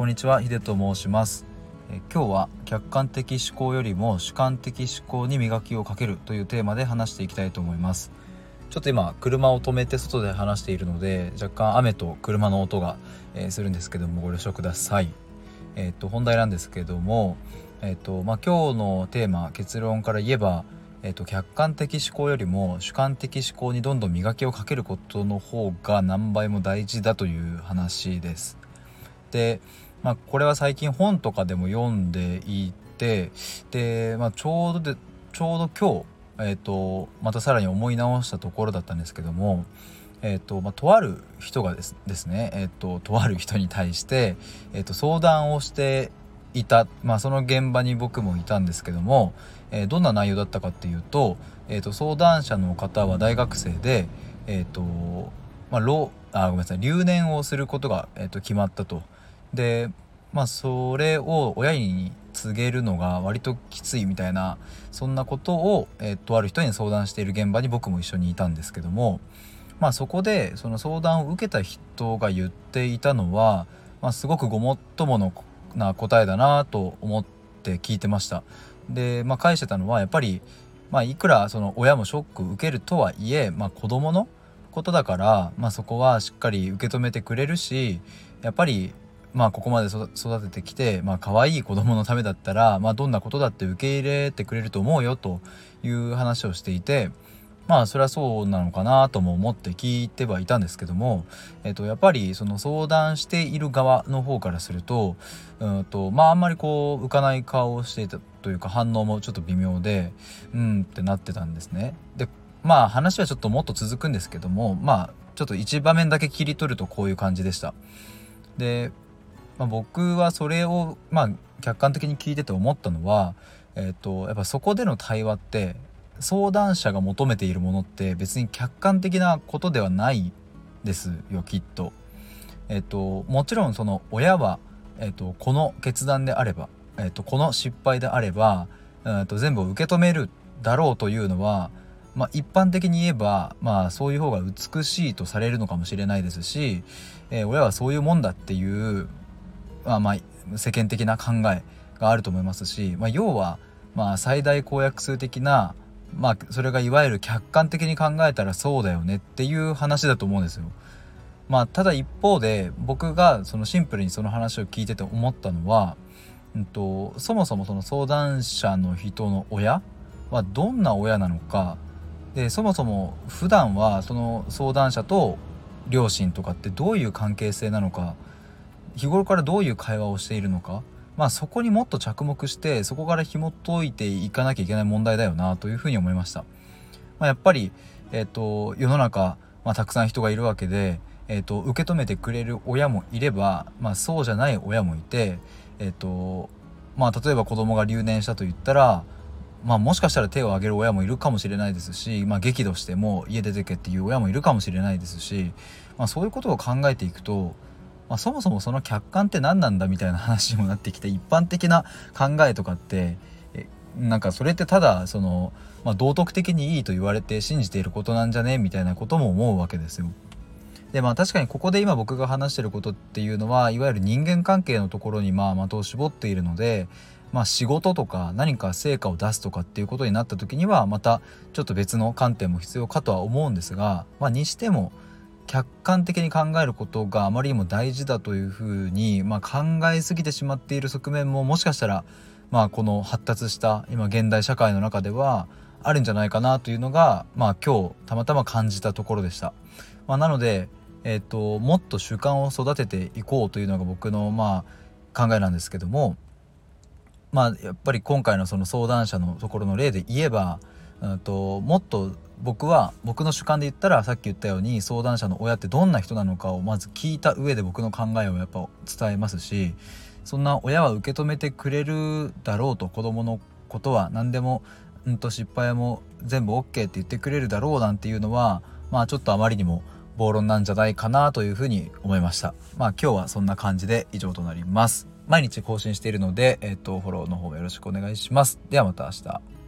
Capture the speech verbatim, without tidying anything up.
にちは、ヒデと申します。え今日は客観的思考よりも主観的思考に磨きをかけるというテーマで話していきたいと思います。ちょっと今車を止めて外で話しているので、若干雨と車の音が、えー、するんですけども、ご了承ください。えっと本題なんですけども、えっとまあ今日のテーマ、結論から言えば、えっと客観的思考よりも主観的思考にどんどん磨きをかけることの方が何倍も大事だという話です。で、まあ、これは最近本とかでも読んでいて、で、まあ、ちょうどでちょうど今日、えーと、またさらに思い直したところだったんですけども、えーとまあ、とある人がですですね、えーと、とある人に対して、えーと、相談をしていた、まあ、その現場に僕もいたんですけども、えー、どんな内容だったかっていうと、えーと、相談者の方は大学生で、えーとまあ、老あごめんなさい留年をすることが、えーと、決まったと。でまあそれを親に告げるのが割ときついみたいな、そんなことを、えー、とある人に相談している現場に僕も一緒にいたんですけども、まあそこでその相談を受けた人が言っていたのは、まあ、すごくごもっとものな答えだなと思って聞いてました。で、まあ、返してたのはやっぱり、まあ、いくらその親もショック受けるとはいえ、まあ、子供のことだから、まあ、そこはしっかり受け止めてくれるし、やっぱりまあここまで育ててきて、まあ可愛い子供のためだったら、まあどんなことだって受け入れてくれると思うよという話をしていて、まあそれはそうなのかなとも思って聞いてはいたんですけども、えっとやっぱりその相談している側の方からすると、うんとまああんまりこう浮かない顔をしていたというか、反応もちょっと微妙で、うんってなってたんですね。で、まあ話はちょっともっと続くんですけども、まあちょっと一場面だけ切り取るとこういう感じでした。で、まあ、僕はそれをまあ客観的に聞いてて思ったのは、えっとやっぱそこでの対話って、相談者が求めているものって別に客観的なことではないですよ、きっと。えっともちろんその親は、えっとこの決断であれば、えっとこの失敗であれば、えっと全部を受け止めるだろうというのは、まあ、一般的に言えば、まあ、そういう方が美しいとされるのかもしれないですし、えー、親はそういうもんだっていうまあまあ世間的な考えがあると思いますし、まあ、要はまあ最大公約数的な、まあそれがいわゆる客観的に考えたらそうだよねっていう話だと思うんですよ。まあただ一方で僕がそのシンプルにその話を聞いてて思ったのは、うんと、そもそもその相談者の人の親はどんな親なのかで、そもそも普段はその相談者と両親とかってどういう関係性なのか、日頃からどういう会話をしているのか、まあそこにもっと着目して、そこから紐解いていかなきゃいけない問題だよなというふうに思いました。まあ、やっぱり、えーと、世の中、まあ、たくさん人がいるわけで、えーと、受け止めてくれる親もいれば、まあ、そうじゃない親もいて、えーとまあ、例えば子供が留年したと言ったら、まあ、もしかしたら手を挙げる親もいるかもしれないですし、まあ、激怒してもう家出てけっていう親もいるかもしれないですし、まあ、そういうことを考えていくと、まあ、そもそもその客観って何なんだみたいな話にもなってきて、一般的な考えとかってえなんかそれってただその、まあ、道徳的にいいと言われて信じていることなんじゃねみたいなことも思うわけですよ。でまあ確かにここで今僕が話してることっていうのは、いわゆる人間関係のところにまあ的を絞っているので、まあ仕事とか何か成果を出すとかっていうことになった時にはまたちょっと別の観点も必要かとは思うんですが、まあにしても客観的に考えることがあまりにも大事だというふうに、まあ、考えすぎてしまっている側面ももしかしたら、まあ、この発達した今現代社会の中ではあるんじゃないかなというのが、まあ、今日たまたま感じたところでした。まあ、なので、えーと、もっと習慣を育てていこうというのが僕のまあ考えなんですけども、まあ、やっぱり今回のその相談者のところの例で言えば、うんともっと僕は僕の主観で言ったら、さっき言ったように相談者の親ってどんな人なのかをまず聞いた上で僕の考えをやっぱ伝えますし、そんな親は受け止めてくれるだろうと、子供のことは何でも、うんと失敗も全部 OK って言ってくれるだろうなんていうのは、まあちょっとあまりにも暴論なんじゃないかなというふうに思いました。まあ今日はそんな感じで以上となります。毎日更新しているので、えっとフォローの方よろしくお願いします。ではまた明日。